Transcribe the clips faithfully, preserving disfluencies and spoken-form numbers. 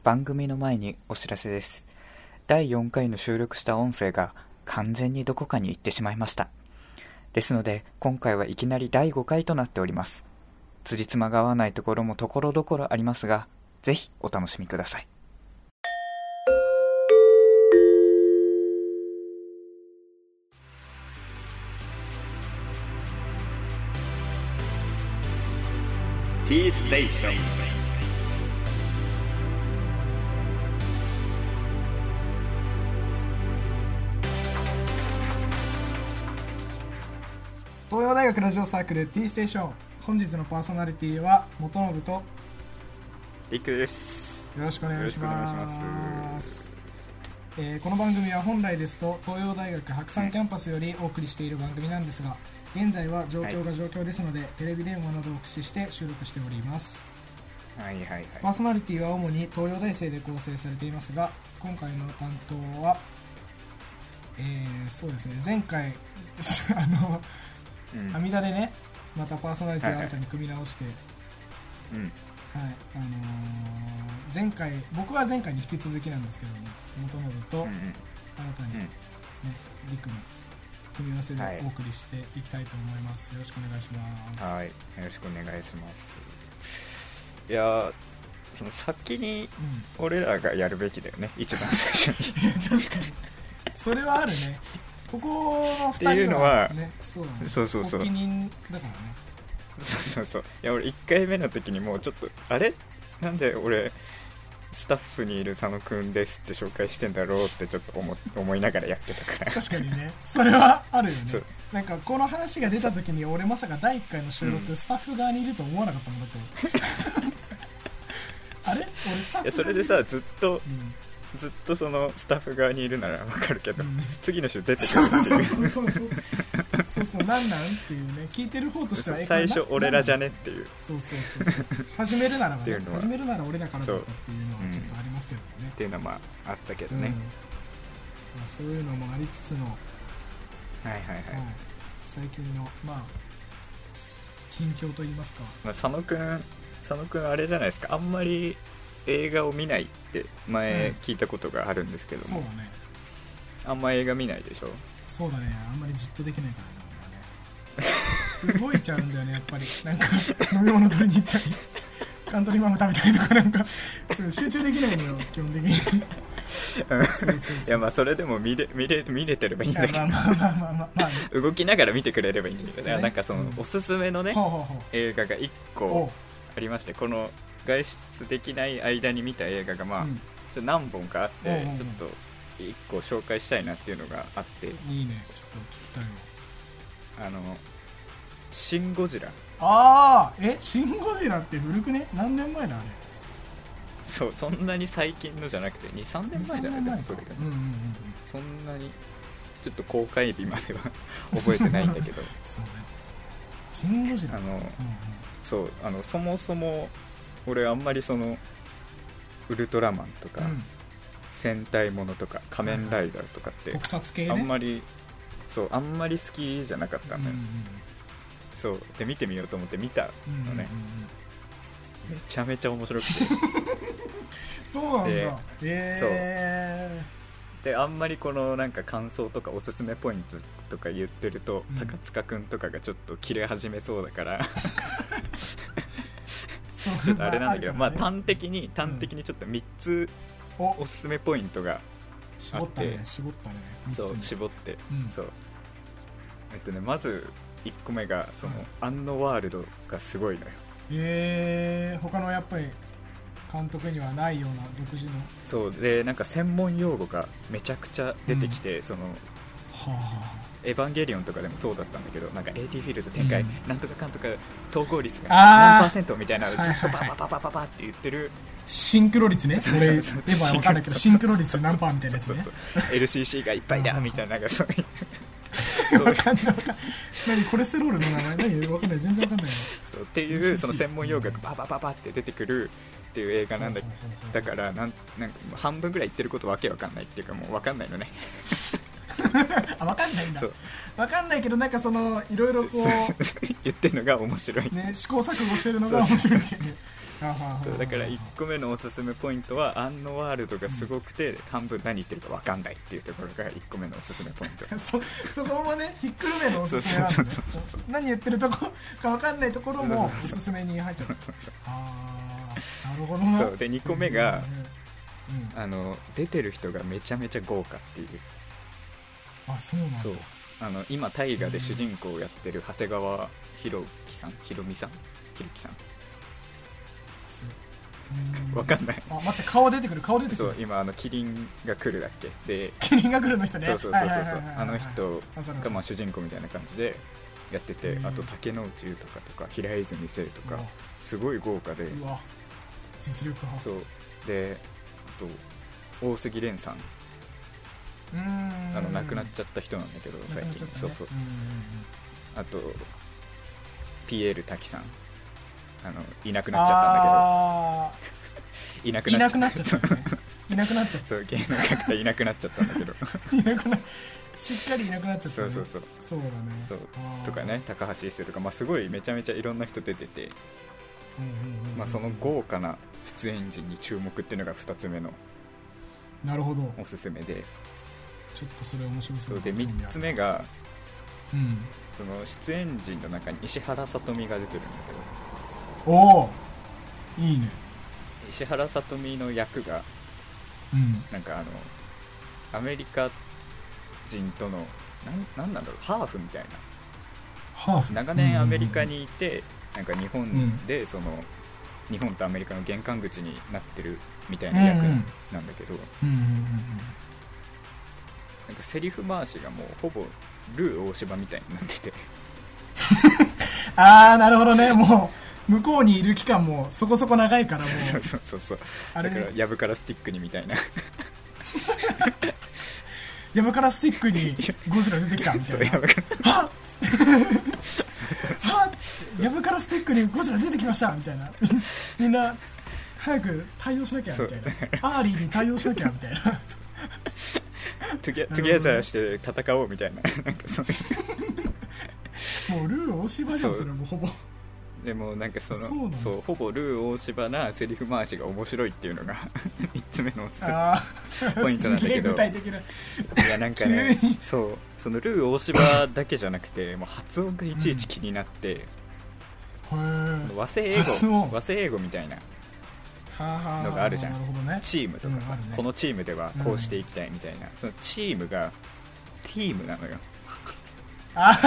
番組の前にお知らせです。だいよんかいの収録した音声が完全にどこかに行ってしまいました。ですので今回はいきなりだいごかいとなっております。辻褄が合わないところもところどころありますが、ぜひお楽しみください。 T ステーション。 東洋大学ラジオサークル T ステーション。本日のパーソナリティは元信とりくです。 よろしくお願いします。 よろしくお願いします。 えー、この番組は本来ですと東洋大学白山キャンパスよりお送りしている番組なんですが、現在は状況が状況ですので、はい、テレビ電話などを駆使して収録しております。 はいはいはい。 パーソナリティは主に東洋大生で構成されていますが、今回の担当は、えー、そうですね、前回あの、うん、阿弥陀でね、またパーソナリティを新たに組み直して、はいはい、うんはいあのー、前回僕は前回に引き続きなんですけども、元信と新たに、ねうん、リクの組み合わせでお送りしていきたいと思います。よろしくお願いします。 はい、よろしくお願いします。いやその先に俺らがやるべきだよね、うん、一番最初に確かにそれはあるね。ここのふたりは、ね、っていうのは、そうだね、 そうそうそう、 発起人だからね。 そうそうそう。いや俺いっかいめの時にもうちょっとあれなんで俺スタッフにいる佐野くんですって紹介してんだろうってちょっと 思, 思いながらやってたから確かにね、それはあるよね。なんかこの話が出た時に俺まさかだいいっかいの収録、うん、スタッフ側にいると思わなかったもんだってあれ俺スタッフ側にいる。いやそれでさずっと、うんずっとそのスタッフ側にいるならわかるけど、うん、次の週出てくるっていうそうそうそうそうそうなんなんっていうね、聞いてる方としては最初俺らじゃねっていう、 そうそうそうそう始めるならばね始めるなら俺らからだったっていうのはちょっとありますけどね、うん、 っていうのはまああったけどね、 うん、そういうのもありつつのはいはいはい、はい、 最近のまあ近況といいますか、 まあ、佐野くん佐野くんあれじゃないですか、あんまり映画を見ないって前聞いたことがあるんですけども、うん、そうだね、あんま映画見ないでしょ。 そうだね、あんまりじっとできないからね動いちゃうんだよねやっぱり。なんか飲み物取りに行ったりカントリーマンゴー食べたりとかなんか集中できないのよ基本的にそうそうそういやまあそれでも見れ、見れ、見れてればいいんだけど、動きながら見てくれればいいんだけど、ね、なんかその、うん、おすすめのねほうほうほう映画がいっこありまして、この外出できない間に見た映画がまあ、うん、ちょっと何本かあって、うんうんうん、ちょっといっこ紹介したいなっていうのがあって、いいね、ちょっと聞きたいわ。 あのシン・ゴジラ。 ああ、え、シン・ゴジラって古くね？何年前だあれ。 そう、そんなに最近のじゃなくて に,さん 年前じゃないか、それが、うんうんうん、そんなにちょっと公開日までは覚えてないんだけどそうね、シン・ゴジラ、 あの、うんうん、そうあのそもそも俺あんまりそのウルトラマンとか、うん、戦隊ものとか仮面ライダーとかって特撮系ね、 あんまりそうあんまり好きじゃなかったんだよ、うんうん、そうで見てみようと思って見たのね、うんうんうん、めちゃめちゃ面白くてそうなんだ、で、えー、であんまりこのなんか感想とかおすすめポイントとか言ってると、うん、高塚くんとかがちょっと切れ始めそうだからちょっとあれなんだけど、まあ端的に端的にちょっとみっつおすすめポイントがあって、 絞ったね絞ったね、 そう絞って、うん、そうえっとねまずいっこめがその、うん、アンノワールドがすごいのよ。 えー、他のやっぱり監督にはないような独自の、 そうでなんか専門用語がめちゃくちゃ出てきて、うん、そのはあエヴァンゲリオンとかでもそうだったんだけど、なんか エーティー フィールド展開、うん、なんとかかんとか統合率が何パーセントみたいなのをずっとパパパパパパって言ってるシンクロ率ね、それエヴァ分かんないけどシンクロ率何パーみたいなやつね、そうそうそうエルシーシー がいっぱいだみたいな、なんかそういう分かんない分かんない何コレステロールの名前何分かんない全然分かんないそうっていうその専門用語がパパパパって出てくるっていう映画なんだだからなんなんか半分ぐらい言ってることわけわかんないっていうかもうわかんないのねあ、分かんないんだ。分かんないけどなんかそのいろいろこう言ってるのが面白い、 ね、試行錯誤してるのが面白いっていうね。 そうだからいっこめのおすすめポイントはアンノワールドがすごくて、うん、半分何言ってるか分かんないっていうところがいっこめのおすすめポイントそ, そこもねひっくるめのおすすめなんで、ね、何言ってるとこか分かんないところもおすすめに入っちゃう。ああ、なるほどな。 そうでにこめが、うん、あの出てる人がめちゃめちゃ豪華っていう。 あ、そうなんだ。 そう、あの今大河で主人公をやってる長谷川博己さん、ひろみさん、ひろきさん、わかんない。 あ、待って、顔出てくる、顔出てくる。 そう、今あのキリンが来るだっけで、 キリンが来るの人ね。 そうそうそうそう、あの人がまあ主人公みたいな感じでやってて、あと竹野内豊とか平泉成とかすごい豪華で、 うわ、実力派。 そうで、あと大杉蓮さん、 うーん、 あの亡くなっちゃった人なんだけど最近、ね、そうそう、あとピエール滝さん、あのいなくなっちゃったんだけどいなくなっちゃった、 いなくなっちゃった、 そう、芸能界からいなくなっちゃったんだけどいなくなしっかりいなくなっちゃった、ね、 そうそうそう、 そうだね、 そうとかね、高橋一生とか、まあ、すごいめちゃめちゃいろんな人出てて、まあ、その豪華な出演陣に注目っていうのがふたつめのなるほどおすすめで、 ちょっとそれ面白そう。 そうでみっつめが、 うん、 その出演陣の中に石原さとみが出てるんだけど、おお、いいね。 石原さとみの役が、 うん、 なんかあのアメリカ人とのなんなんなんだろう、ハーフみたいな、 ハーフ、 長年アメリカにいて、なんか日本でその、うん、日本とアメリカの玄関口になってるみたいな役なんだけど、なんかセリフ回しがもうほぼルー大柴みたいになっててあー、なるほどね。もう向こうにいる期間もそこそこ長いから、もうそうそうそうそう、あれ、ね、だからやぶからスティックにみたいなやぶからスティックにゴジラ出てきたみたいなはっはっやぶからスティックにゴジラ出てきましたみたいなみんな早く対応しなきゃみたいな、アーリーに対応しなきゃみたいなトゥギャザーして戦おうみたいな、なんかそういうもうルー大柴じゃん、それもほぼ。 でもなんかそのそうそうほぼルー大柴なセリフ回しが面白いっていうのがみっつめのおすすめポイントなんだけど、 具体的な。 いやなんかね、そうそのルー大柴だけじゃなくて、もう発音がいちいち気になって、うん、和製英語和製英語みたいなのがあるじゃん、ね、チームとかさ、うんね、このチームではこうしていきたいみたいな、うん、そのチームがティームなのよ。 あ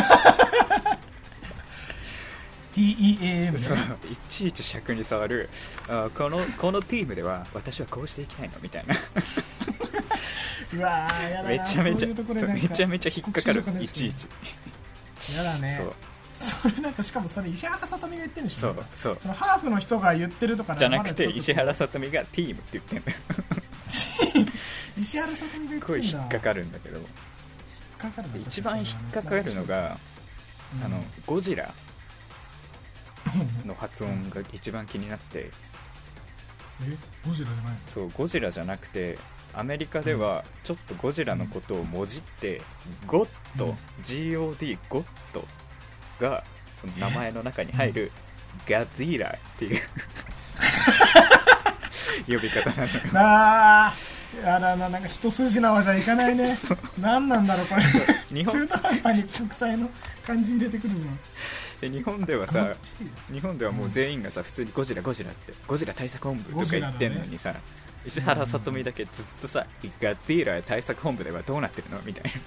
ティーイーエーエム ね、 そういちいち尺に触る、あこのこのチームでは私はこうしていきたいのみたいなうわーやだな、 めちゃめちゃそういうところめちゃめちゃ引っかかる、いちいちやだね。 そうそれなんかしかもそれ石原さとみが言ってるんでしょ。 そうそう、 そのハーフの人が言ってるとかじゃなくて、石原さとみがティームって言ってんだよ石原さとみが言ってんだ。 これ引っかかるんだけど、 引っかかるんだ。 一番引っかかるのが、うん、あのゴジラの発音が一番気になって、 えゴジラじゃないの？ そうゴジラじゃなくて、アメリカではちょっとゴジラのことをもじって、ゴッド、ジーオーディー ゴッドがその名前の中に入るガディーラっていう呼び方なのよ。 あーやだな、なんか一筋縄じゃいかないね。何なんだろうこれ日本中途半端に国際の漢字入れてくるじゃん。 で日本ではさ、日本ではもう全員がさ、普通にゴジラゴジラってゴジラ対策本部とか言ってんのにさ、ね、石原さとみだけずっとさ、ガディーラ対策本部ではどうなってるのみたいな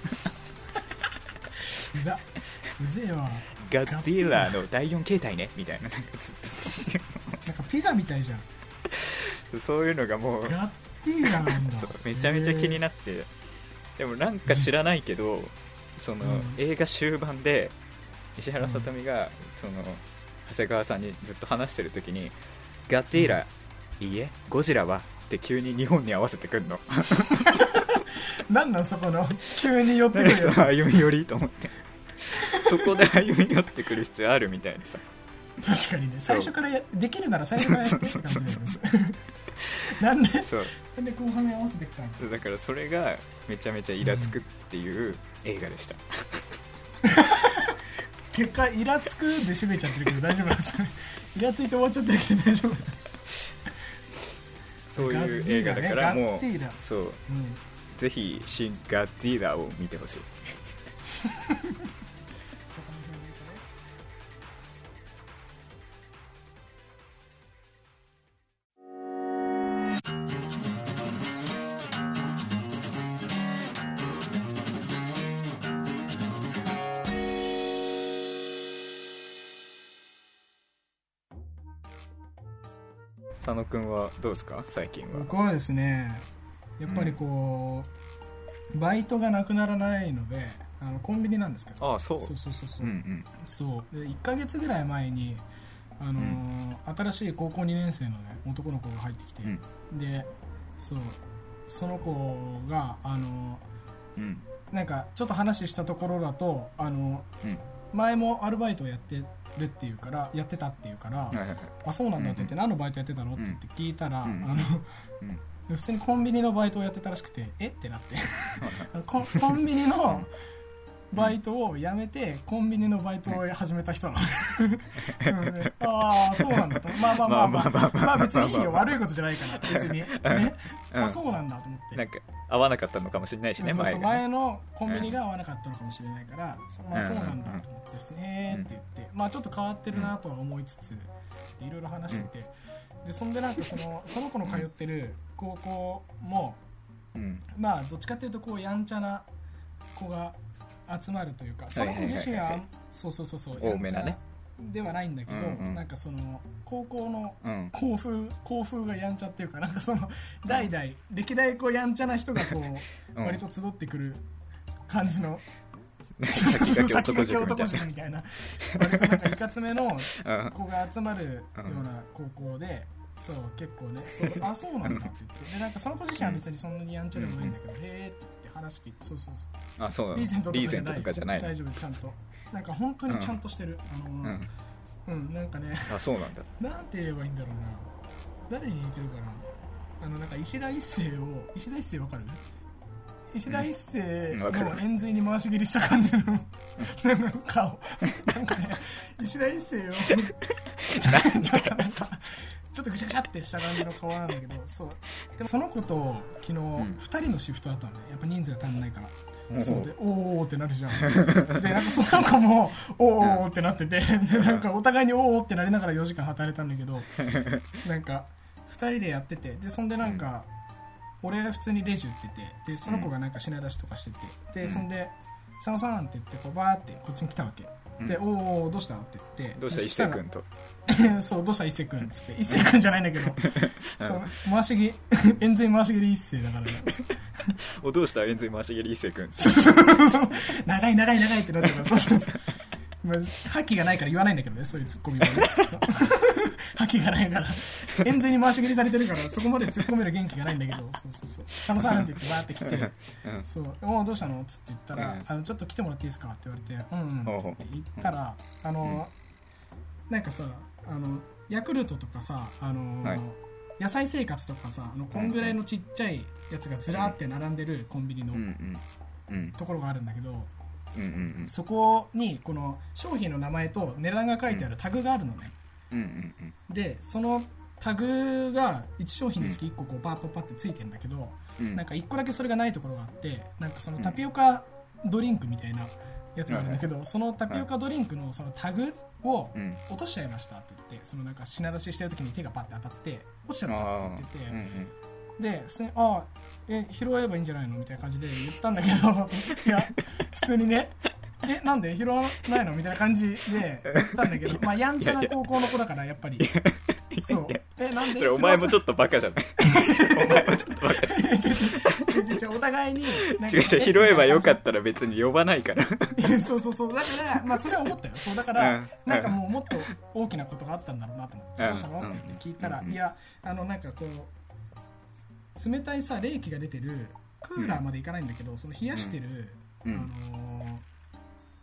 うざうぜえわ、 ガディーラのだいよん形態ねみたいな、なんかずっとなんかピザみたいじゃんそういうのがもうガディーラなんだ。 そうめちゃめちゃ気になって、でもなんか知らないけど、その、うん、映画終盤で石原さとみが、うん、その長谷川さんにずっと話してる時に、ガディーラ、うん、いいえゴジラはって急に日本に合わせてくんのなんなんそこの急に寄ってくるやつ歩み寄りと思ってそこで歩み寄ってくる必要あるみたいなさ確かにね、最初からやできるなら最初からやってって感じだよね。なんでそうなんで後半に合わせてきたの。 だからそれがめちゃめちゃイラつくっていう映画でした、 うん、結果イラつくで締めちゃってるけど大丈夫なんですか。イラついて終わっちゃってるけど大丈夫なんですか。 そういう映画だからもうそう、うん、ぜひ新ガッディーラを見てほしい。佐野くんはどうですか最近は。 僕はですねやっぱりこう、うん、バイトがなくならないのであのコンビニなんですけど。 ああそうそうそうそうそう、 うんうん、 そうでいっかげつぐらい前にあのーうん、新しい高校にねん生の、ね、男の子が入ってきて、うん、でそうその子があのーうん、なんかちょっと話したところだとあの、うん、前もアルバイトをやってるっていうからやってたっていうから、はいはいはい、あそうなんだって言って、うん、何のバイトやってたのって言って聞いたら、うん、あの、うん、普通にコンビニのバイトをやってたらしくてえってなってコ, コンビニのバイトを辞めてコンビニのバイトを始めた人なの、ね、ああそうなんだとまあまあまあまあまあ、まあ、別にいいよ悪いことじゃないから別に、ねうん、あそうなんだと思ってなんか合わなかったのかもしれないしね。 そうそう前のコンビニが合わなかったのかもしれないから、うんまあ、そうなんだと思って普通にへーって言って、まあ、ちょっと変わってるなとは思いつついろいろ話しててでそんでなんかそのその子の通ってる高校も、うん、まあどっちかっていうとこうやんちゃな子が集まるというかその子自身はそうそうそうそう多めなねではないんだけど、うんうん、なんかその高校の校風、うん、校風がやんちゃっていうかなんかその代々、うん、歴代こうやんちゃな人がこう、うん、割と集ってくる感じの先駆け男塾みたいな割となんかいかつめの子が集まるような高校でそう結構ねそうあそうなんだって言ってでなんかその子自身は別にそんなにやんちゃでもないんだけど、うん、へーって言って話聞いてそうそうそうあそうなのリーゼントとかじゃない大丈夫ちゃんとなんか本当にちゃんとしてる、うん、あのうん、うん、なんかねあそうなんだなんて言えばいいんだろうな誰に似てるかなあのなんか石田一世を石田一世わかる石田一世の円髄に回し蹴りした感じのなんか顔なんかね石田一世をちょっとさちょっとぐしゃぐしゃってした感じの顔なんだけどそうでもその子と昨日ふたりのシフトだったのねやっぱ人数が足んないから、うん、そうでおーってなるじゃんでなんかその子もおーおーってなっててでなんかお互いにおーおーってなりながらよじかん働いたんだけどなんかふたりでやっててでそんでなんか、うん、俺普通にレジ売っててでその子がなんか品出しとかしててでそんで佐野さんって言ってこうバーってこっちに来たわけで、うん、おーどうしたって言ってどうした一星君とそうどうした一星君っつって一星君じゃないんだけどそう回し蹴円髄回し蹴り一星だから、ね、 おどうした円髄回し蹴り一星君長い長い長いってなっちゃうからそうそうそうまあ、覇気がないから言わないんだけどねそういうツッコミはね覇気がないから円髄に回し蹴りされてるからそこまで突っ込める元気がないんだけどそうそうそう佐野さんって言ってバーって来て、うん、そうおどうしたのっつって言ったら、うん、あのちょっと来てもらっていいですかって言われてうんうんって言ったらあの、うん、なんかさあのヤクルトとかさあの、はい、野菜生活とかさあのこんぐらいのちっちゃいやつがずらーって並んでるコンビニのところがあるんだけどうんうんうん、そこにこの商品の名前と値段が書いてあるタグがあるのね、うんうんうん、でそのタグがいち商品につきいっここうパッパッパってついてるんだけど、うん、なんかいっこだけそれがないところがあってなんかそのタピオカドリンクみたいなやつがあるんだけど、うん、そのタピオカドリンクのそのタグを落としちゃいましたって言ってそのなんか品出ししてる時に手がパッて当たって落ちちゃったって言ってて、うんうん、で普通にああえ拾えばいいんじゃないのみたいな感じで言ったんだけどいや普通にねえなんで拾わないのみたいな感じで言ったんだけどまあやんちゃな高校の子だからやっぱりそうえなんでそれお前もちょっとバカじゃないお前もちょっとバカじゃないお互いになんか違う違う拾えばよかったら別に呼ばないからそうそうそうだからまあそれは思ったよそうだから、うん、なんかもうもっと大きなことがあったんだろうなと思って、うん、どうしたのって聞いたら、うん、いやあのなんかこう冷たいさ冷気が出てるクーラーまでいかないんだけど、うん、その冷やしてる、うん、あのー、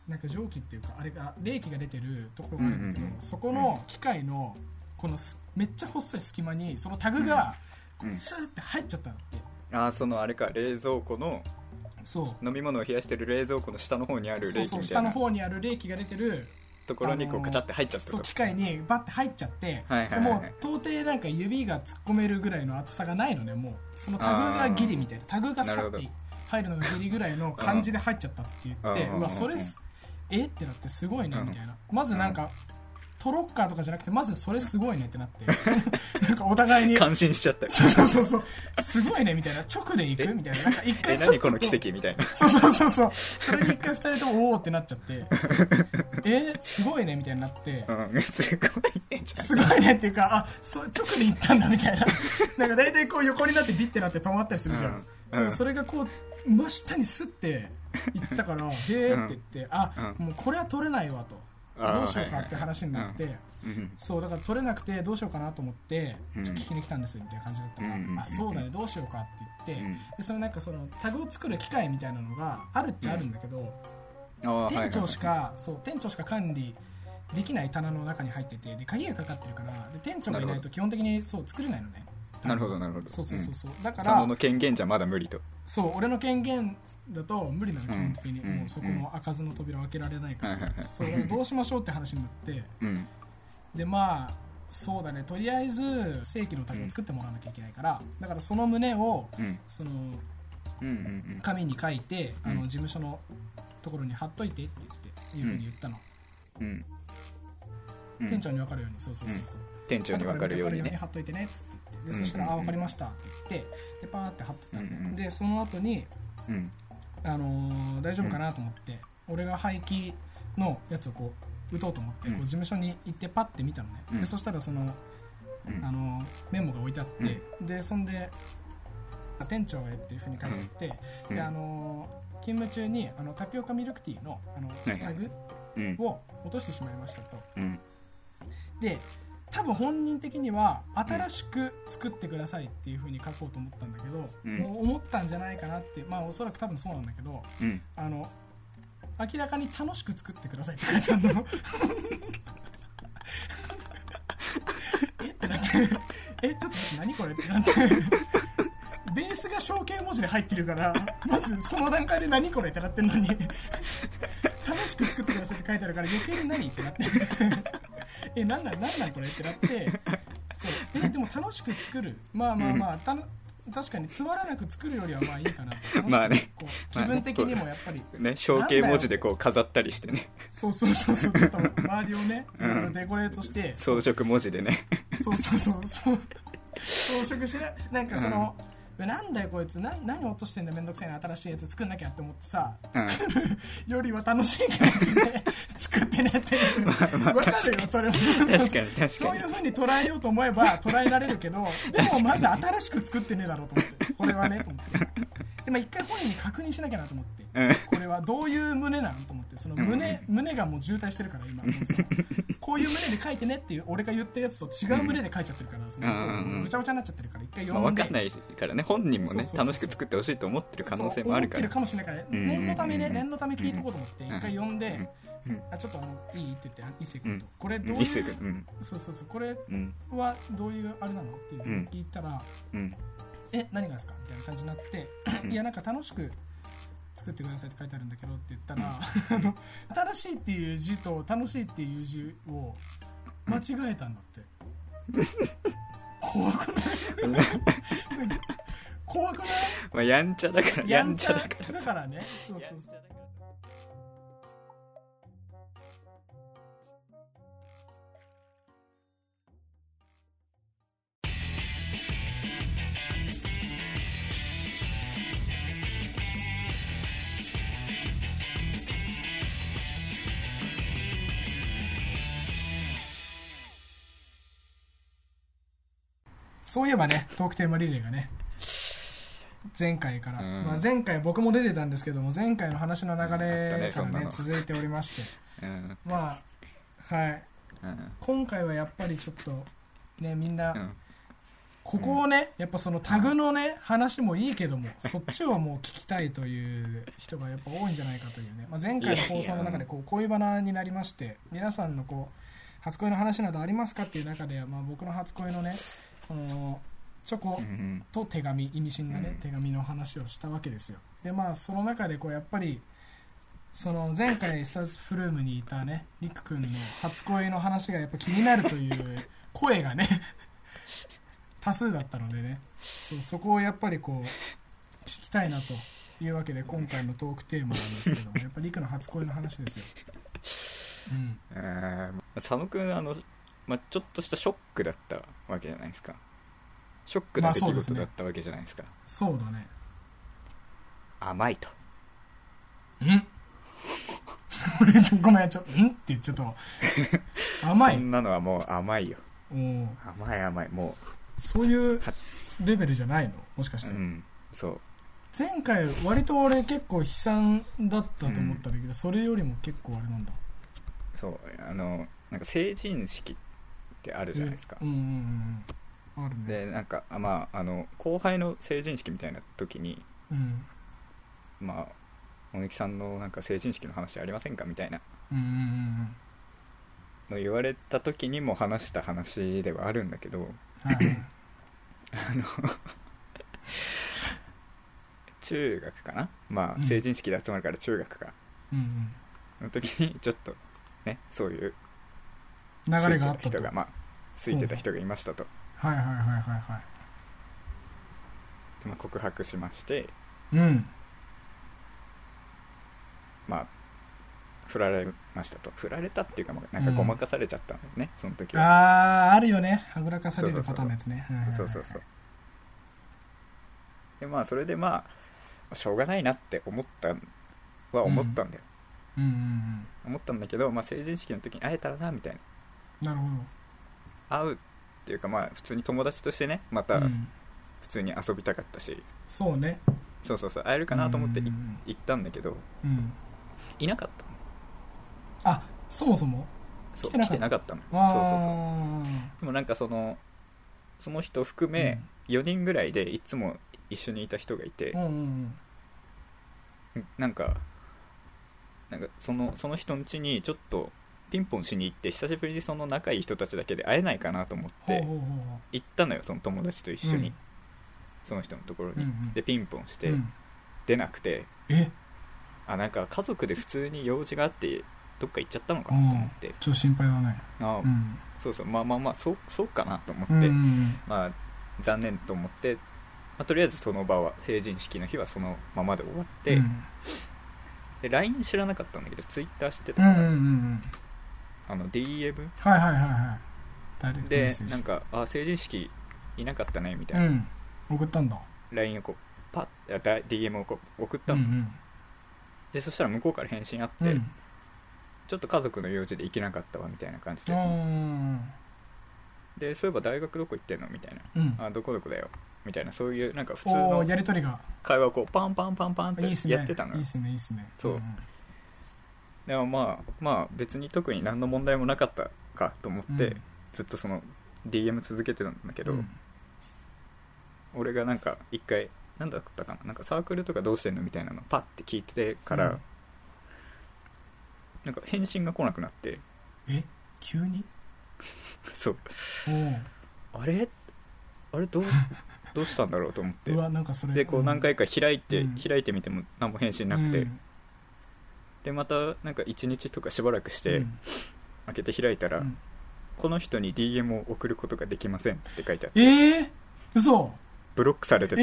なんか蒸気っていうかあれが冷気が出てるところがあるんだけど、うんうんうん、そこの機械のこのめっちゃ細い隙間にそのタグがスーって入っちゃったのって、 うんうん、ああそのあれか冷蔵庫のそう飲み物を冷やしてる冷蔵庫の下の方にある冷気みたいな、そうそう下の方にある冷気が出てるところにこうガチャって入っちゃったと、 そう機械にバッて入っちゃって、はいはいはいはい、もう到底なんか指が突っ込めるぐらいの厚さがないのね、もうそのタグがギリみたいな、タグがさって入るのがギリぐらいの感じで入っちゃったって言って、うわそれえってなってすごいねみたいな、まずなんかトロッカーとかじゃなくてまずそれすごいねってなってなんかお互いに感心しちゃったよ。 そうそうそうそうすごいねみたいな、直で行くみたいな、なんか一回ちょっとえ何この奇跡みたいな、 そうそうそうそう、それに一回二人ともおーってなっちゃってえすごいねみたいになって、 うん、すごいねすごいねっていうか、あそう直で行ったんだみたいななんか大体こう横になってビッてなって止まったりするじゃん、うんうん、それがこう真下にスッて行ったからへーって言って、うん、あ、うん、もうこれは取れないわと、どうしようかって話になって、はいはいうん、そうだから取れなくてどうしようかなと思って、うん、ちょっと聞きに来たんですみたいな感じだったから、うん、あそうだねどうしようかって言って、うん、でそのなんかそのタグを作る機械みたいなのがあるっちゃあるんだけど、うん、店長しか、はいはいはい、そう店長しか管理できない棚の中に入ってて、で鍵がかかってるからで店長がいないと基本的にそう作れないのね。 なるほどなるほど。 そうそうそうそう、うん、だから佐野の権限じゃまだ無理と。 そう俺の権限だと無理なの基本的に、うん、もうそこの開かずの扉を開けられないから、うん、そうどうしましょうって話になって、うん、でまあそうだねとりあえず正規のタグを作ってもらわなきゃいけないから、だからその旨を、うん、その、うんうんうん、紙に書いて、うん、あの事務所のところに貼っといてって言っていうふうに言ったの、うんうん、店長に分かるように、そうそうそうそう、うん、 店長に分かるようにね貼っといてねっつって言って、でそしたら、うんうんうん、あ分かりましたって言ってでパーって貼ってた、うんうん、でその後に、うんあのー、大丈夫かなと思って、うん、俺が廃棄のやつをこう打とうと思って、うん、こう事務所に行ってパッて見たのね、うん、でそしたらその、うんあのー、メモが置いてあって、うん、でそんで店長へっていう風に書いてあって、うん、であのー、勤務中にあのタピオカミルクティーの、あのタグを落としてしまいましたと、うん、で多分本人的には新しく作ってくださいっていう風に書こうと思ったんだけど、うん、もう思ったんじゃないかなって、まあおそらく多分そうなんだけど、うん、あの明らかに楽しく作ってくださいって書いてあるのえってなってえちょっと何これってなってベースが象形文字で入ってるからまずその段階で何これってなってるのに楽しく作ってくださいって書いてあるから余計に何ってなってえなんなんなんなんこれってなって、そうえでも楽しく作る、まあまあまあ、うん、た確かにつまらなく作るよりはまあいいかなとまあねこう気分的にもやっぱり、 ね、象形文字でこう飾ったりしてね、 そうそうそうそうちょっと周りをね、いろいろデコレートして、 装飾文字でねそうそうそうそう装飾しななんかその、うん、なんだよこいつな何落としてんだめんどくさいな新しいやつ作んなきゃって思ってさ、作るよりは楽しい感じで作ってねっていうまあ、まあ、分かるよそれも確かに確かにそういう風に捉えようと思えば捉えられるけどでもまず新しく作ってねえだろうと思ってこれはねと思ってでも一回本人に確認しなきゃなと思って、うん、これはどういう胸なのと思ってその胸、うん、胸がもう渋滞してるから今こういう胸で書いてねっていう俺が言ったやつと違う胸で書いちゃってるからその、うん、ぐちゃぐちゃになっちゃってるから一回読んで、まあ、 分かんないからね本人もね楽しく作ってほしいと思ってる可能性もあるから思ってるかもしれないから、ね、念のためね念のため聞いとこうと思って一回読んで、うん、あちょっとあのいいって言って伊勢君と、うん、これどういう、うん、そうそうそうこれはどういうあれなのっていうのを聞いたら、うん、え何がですかみたいな感じになって、うん、いやなんか楽しく作ってくださいって書いてあるんだけどって言ったら、うん、あの新しいっていう字と楽しいっていう字を間違えたんだって、うん、怖くない怖くない、 まあ、やんちゃだからやんちゃだからだからねそうそうそうそういえばねトークテーマリレーがね前回から、うんまあ、前回僕も出てたんですけども前回の話の流れからね、ね続いておりまして、うん、まあはい、うん、今回はやっぱりちょっとねみんな、うん、 ここをねやっぱそのタグのね話もいいけどもそっちをもう聞きたいという人がやっぱ多いんじゃないかというね、まあ、前回の放送の中でこう恋バナになりまして皆さんのこう初恋の話などありますかっていう中で、まあ、僕の初恋のねこのチョコと手紙意味深なね手紙の話をしたわけですよ。でまあその中でこうやっぱりその前回スターズフルームにいたねりくくんの初恋の話がやっぱ気になるという声がね多数だったのでね そ, そこをやっぱりこう聞きたいなというわけで今回のトークテーマなんですけどもやっぱりりくの初恋の話ですよ。うん、 えー、佐野くんあの、まあ、ちょっとしたショックだったわけじゃないですか。ショックな出来事だったわけじゃないですか。 そうだね。 甘いとん俺ちょごめんちょんって言っちゃった甘いそんなのはもう甘いよ。 お甘い甘いもうそういうレベルじゃないのもしかして、 うん、そう前回割と俺結構悲惨だったと思ったんだけど、うん、それよりも結構あれなんだ。 そうあのなんか成人式ってあるじゃないですか。 うんうんうんあるね。 でなんかまああの後輩の成人式みたいな時に、 うん、 まあ大貫さんのなんか成人式の話ありませんかみたいなの言われた時にも話した話ではあるんだけど、 はい、 あの中学かな、まあ成人式で集まるから中学か、 うんうん、 の時にちょっとねそういう流れがあったと人がまあついてた人がいましたと、 はいはいはいはいはい、 まあ、告白しまして、 うん、 まあ振られましたと。振られたっていうかなんかごまかされちゃったんだよね、うん、その時は。 あああるよねはぐらかされるパターンのやつね。 そうそうそう。でまあそれでまあしょうがないなって思ったは思ったんだよ、 うんうんうんうん、 思ったんだけど、まあ、成人式の時に会えたらなみたいな。なるほど。 会うっていうかまあ普通に友達としてねまた普通に遊びたかったし、うん、 そうねそうそうそう会えるかなと思って行ったんだけど、 うん、 いなかったの。 あそもそもそう来てなかったの。そうそうそう。でもなんかそのその人含めよにんぐらいでいつも一緒にいた人がいて、 うんうんうん、なんかなんかそのその人ん家にちょっとピンポンしに行って久しぶりにその仲いい人たちだけで会えないかなと思って行ったのよ、その友達と一緒に、うん、その人のところに、うんうん、でピンポンして、うん、出なくて、 えあなんか家族で普通に用事があってどっか行っちゃったのかなと思って、 ちょっと心配だね。 あ、うん、そうそうまあまあまあそうそうかなと思って、うんうんうん、まあ残念と思って、まあ、とりあえずその場は成人式の日はそのままで終わって、うん、で ライン 知らなかったんだけど Twitter 知ってたから、うんうんうん、あの ディーエムはいはいはいはいでなんかあ成人式いなかったねみたいな、うん、 送ったんだ。 ライン をこうパッ ディーエム をこう送ったの、うんうん、でそしたら向こうから返信あって、うん、ちょっと家族の用事で行けなかったわみたいな感じで、でそういえば大学どこ行ってんのみたいな、うん、あどこどこだよみたいな、そういうなんか普通のやり取りが会話をこうパンパンパンパンってやってたのよ。 いいっすねいいっすね。 そう、うん、でもまあまあ別に特に何の問題もなかったかと思って、うん、ずっとその ディーエム 続けてたんだけど、うん、俺がなんか一回なんだったかな、なんかサークルとかどうしてんのみたいなのパッて聞いてから、うん、なんか返信が来なくなって、 え急にそうあれあれどうどうしたんだろうと思って、 うわなんかそれでこう何回か開いて、うん、開いてみても何も返信なくて、うん、でまたなんかいちにちとかしばらくして、うん、開けて開いたら、うん、この人に ディーエム を送ることができませんって書いてあって、 えー、嘘ブロックされてた。 え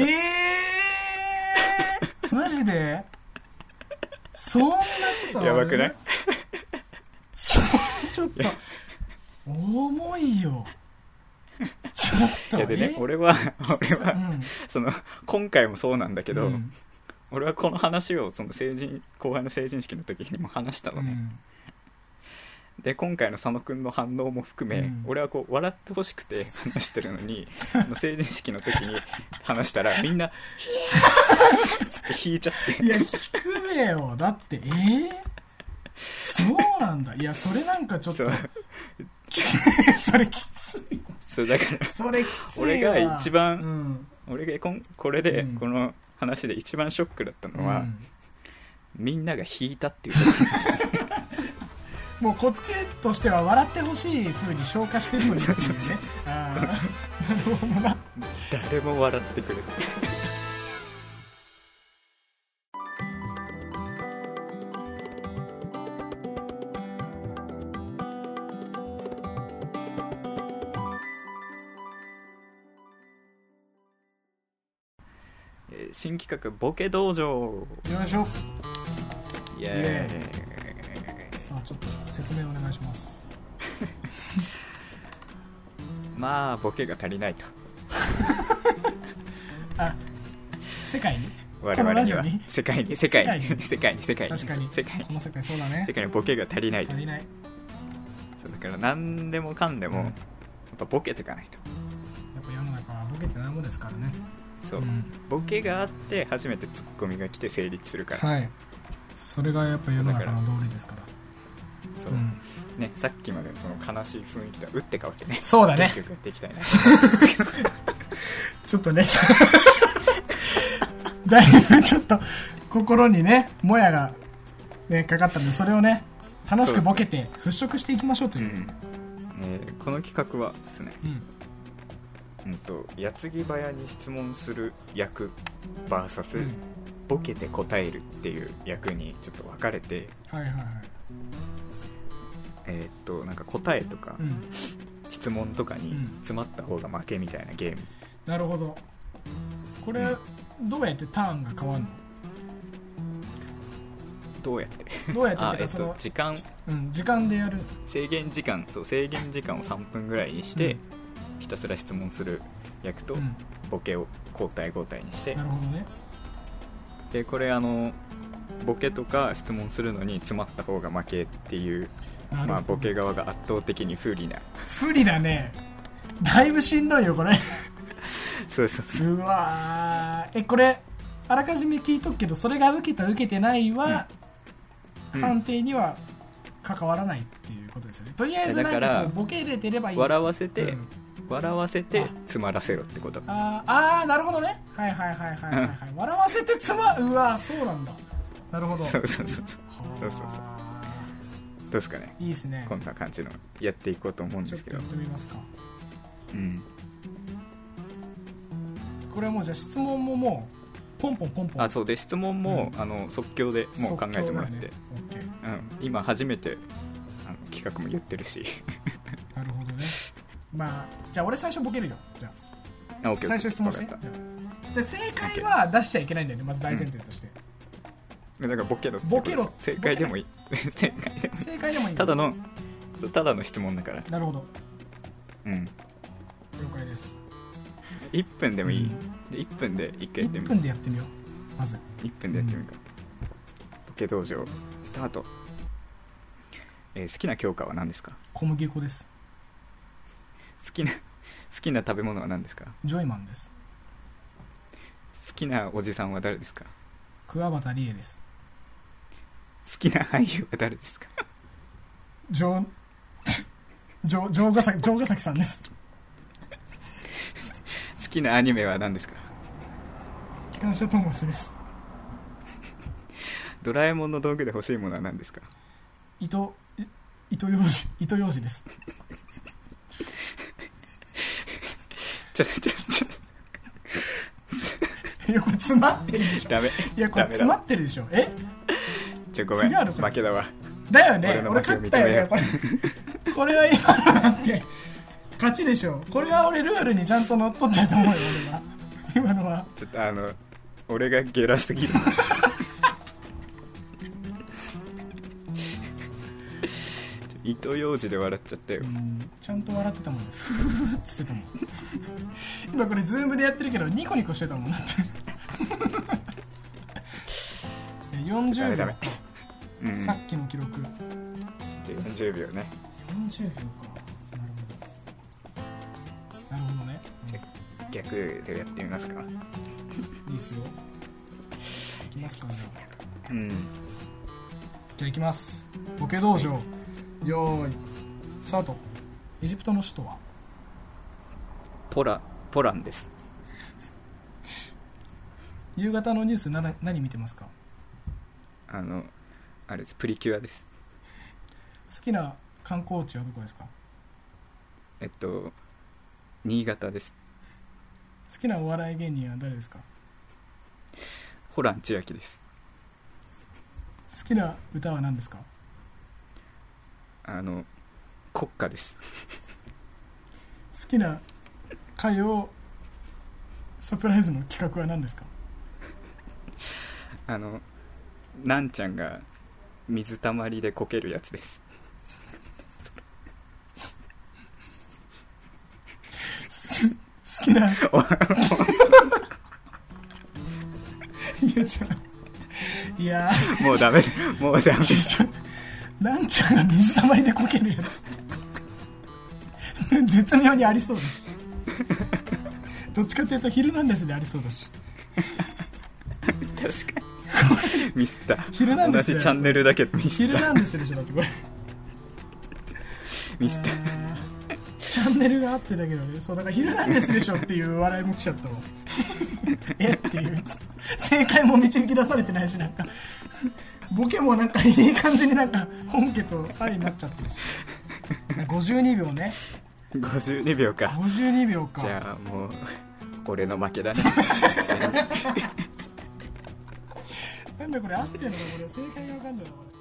ー、マジでそんなことある？ やばくない？ そちょっと重いよ。ちょっといやでね、俺は俺は、うん、その今回もそうなんだけど、うん、俺はこの話をその成人後輩の成人式の時にも話したのね、うん、で今回の佐野くんの反応も含め、うん、俺はこう笑ってほしくて話してるのにその成人式の時に話したらみんなヒーッつって引いちゃって、 いや引くべよ、だってえー、そうなんだ。いやそれなんかちょっとそれきつい。 そうだからそれきついわ。 俺が一番、 うん、 俺がこんこれで、うん、この話で一番ショックだったのは、うん、みんなが引いたっていうもうこっちとしては笑ってほしい風に消化してるのにっていうね。ああ、なるほどな。 誰も笑ってくれない新企画ボケ道場。 よいしょ。 イエーイ。 さあちょっと説明お願いします。 まあボケが足りないと。 あ、世界に我々には世界に世界に世界に世界に確かに世界にこの世界そうだね。 世界にボケが足りないと。 足りない。 そうだから何でもかんでも、うん、やっぱボケていかないと。 やっぱ世の中はボケてないもんですからね。 そう、うん、ボケがあって初めてツッコミが来て成立するから、 はい、それがやっぱ世の中の道理ですから。 そう、うん、ね、さっきまでのその悲しい雰囲気とは打って変わってね。 そうだね。 結局やっていきたいな。 ちょっとねだいぶちょっと心にねもやが、ね、かかったので、それをね楽しくボケて払拭していきましょうという、うん、 えー、この企画はですね、うんうん、と矢継ぎ早に質問する役 ブイエス、うん、ボケて答えるっていう役にちょっと分かれて、 はいはいはい、 えー、っとなんか答えとか、うん、質問とかに詰まった方が負けみたいなゲーム、うん、 なるほど。これ、うん、どうやってターンが変わるの？ どうやってどうやってあ、えっと、時間、 うん、時間でやる。 制限時間、そう制限時間をさんぷんぐらいにして、うん、ひたすら質問する役と、うん、ボケを交代交代にして。 なるほどね。 でこれあのボケとか質問するのに詰まった方が負けっていう、まあ、ボケ側が圧倒的に不利な。 不利だね。だいぶしんどいよこれ。 そうそうそう。 うわー、えこれあらかじめ聞いとくけど、それが受けた受けてないは、うん、判定には関わらないっていうことですよね。とりあえずなんかこうボケ入れてればいい。 笑わせて、うん、笑わせて詰まらせろってこと。 ああ、なるほどね。はいはいはいはいはい、はい、笑わせて詰まる。うわ、そうなんだ。なるほど。 そうそうそうそう。そうそうそう。どうですかね。 いいですね。 こんな感じのやっていこうと思うんですけど。 ちょっとやってみますか。 うん。 これはもうじゃあ質問ももうポンポンポンポン。 あ、そうで質問も、うん、あの即興でもう考えてもらって、ね、うん、今初めてあの企画も言ってるし。 なるほどね。まあじゃあ俺最初ボケるよ。じゃあ。あ、最初質問して。じゃあで正解は出しちゃいけないんだよね。まず大前提として。 うん、だからボケろ。 ボケろ。 正解でもいい。正解でもいい。 正解でもいい。 ただのただの質問だから。 なるほど。 うん。 了解です。 いっぷんでもいい、うん、でいっぷんでいっかいやってみよう。 いっぷんでやってみよう。まずいっぷんでやってみようか、うん、ボケ道場スタート。えー、好きな教科は何ですか？ 小麦粉です。 好きな好きな食べ物は何ですか？ ジョイマンです。 好きなおじさんは誰ですか？ 桑畑理恵です。 好きな俳優は誰ですか？ 城城城ヶ崎城ヶ崎さんです。 好きなアニメは何ですか？ 機関車トーマスです。 ドラえもんの道具で欲しいものは何ですか？ 糸糸ようじ糸ようじです。 ちょちょちょいやこれ詰まってるでしょ。 ダメ。 いやこれ詰まってるでしょ。えちょごめん、違うの負けだわ。 だよね。俺勝ったよねこれ。これは今のなんて勝ちでしょ。これは俺ルールにちゃんと乗っ取ってると思うよ。俺は今のはちょっとあの俺がゲラすぎる。糸ようじで笑っちゃったよ。 うん、ちゃんと笑ってたもんね。ふふっつってたもん。今これズームでやってるけどニコニコしてたもん。だってよんじゅうびょう。ダメダメ、うん、さっきの記録よんじゅうびょうね。 よんじゅうびょうか。なるほどなるほどね。 逆でやってみますか。 いいっすよ。いきますか。じゃあ、うん、じゃあいきます。ボケ道場、はい、よーいスタート。エジプトの首都は？ ポラポランです。 夕方のニュースな何見てますか？ あのあれです、プリキュアです。 好きな観光地はどこですか？ えっと新潟です。 好きなお笑い芸人は誰ですか？ ホラン千秋です。 好きな歌は何ですか？ あの国歌です。 好きな歌謡サプライズの企画は何ですか？ あのなんちゃんが水たまりでこけるやつです。 好きないやちゃんいやもうダメもうダメなんちゃんが水たまりでこけるやつって絶妙にありそうだしどっちかっていうとヒルナンデスでありそうだし確かにミスったヒルナンデス同じチャンネルだけどミスった。 ヒルナンデスでしょだってこれミスった、 チャンネルがあってだけどね。そうだからヒルナンデスでしょっていう笑いも来ちゃったわえっていう正解も導き出されてないし、なんかボケもなんかいい感じになんか本家と相になっちゃってるしごじゅうにびょうね。 ごじゅうにびょうか。 ごじゅうにびょうか。 じゃあもう俺の負けだねなんだこれ合ってんのか、これ正解が分かんないなこれ。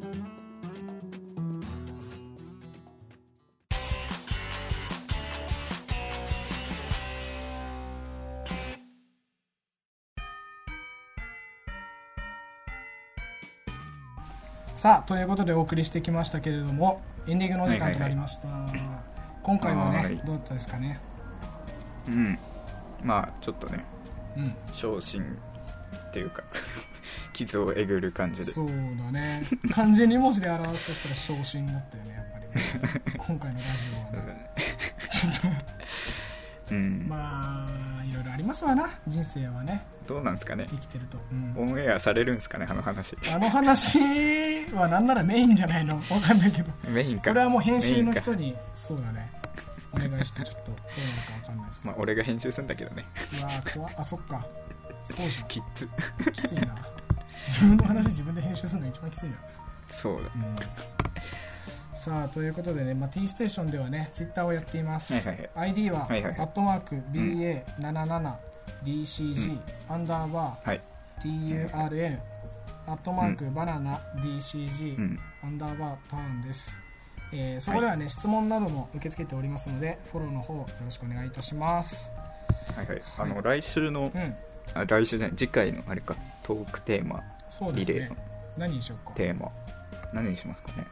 さあということでお送りしてきましたけれども、エンディングのお時間となりました、はいはいはい、今回はね、はい、どうだったですかね。 うんまあちょっとね、 うん、 昇進っていうか傷をえぐる感じで。 そうだね、漢字に文字で表すとしたら昇進だったよねやっぱり、ね、今回のラジオはねちょっと、うん、まあいろいろありますわな、人生はね。 どうなんですかね、 生きてると、 うん、オンエアされるんですかね、あの話。 あの話はなんならメインじゃないの分かんないけど、 メインか。 これはもう編集の人にそうだねお願いして、ちょっとどうなるか分かんないですけど、 まあ俺が編集するんだけどね。 うわー怖っ、あそっか、そうじゃん、 きつきついな、自分の話自分で編集するのが一番きついな。 そうだ、 うん、さあということでね、まあ、T ステーションではねツイッターをやっています、 はいはいはい、 アイディー は、 はいはいはい、 アットマーク ビーエーななななディーシージー、うん、アンダーバー、はい、ティーユーアールエヌ アットマーク、うん、バナナ ディーシージー、うん、アンダーバーターンです、えー、そこではね、はい、質問なども受け付けておりますのでフォローの方よろしくお願いいたします。 はいはい、あの来週の、うん、あ来週じゃない次回のあれかトークテーマ、 そうですね、リレーの何にしようか、 テーマ何にしますかね。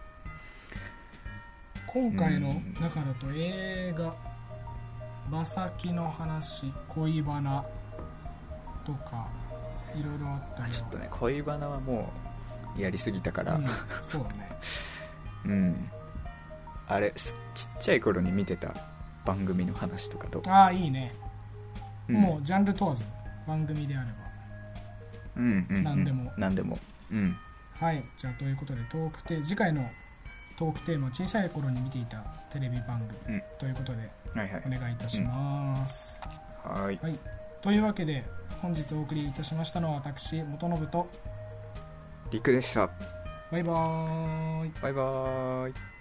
今回の中だと映画、馬先の話、恋バナとかいろいろあったり、 ちょっとね恋バナはもうやりすぎたから、うん、 そうだねうんあれちっちゃい頃に見てた番組の話とかどう？ ああいいね、うん、もうジャンル問わず番組であれば、 うんうんうん、 何でも何でも、うん、 はい。じゃあということでトークテ次回のトークテーマ、小さい頃に見ていたテレビ番組、うん、ということで、はいはい、お願いいたします、 うん、はい、 はい、というわけで本日お送りいたしましたのは私元信と陸でした。 バイバーイ。 バイバーイ。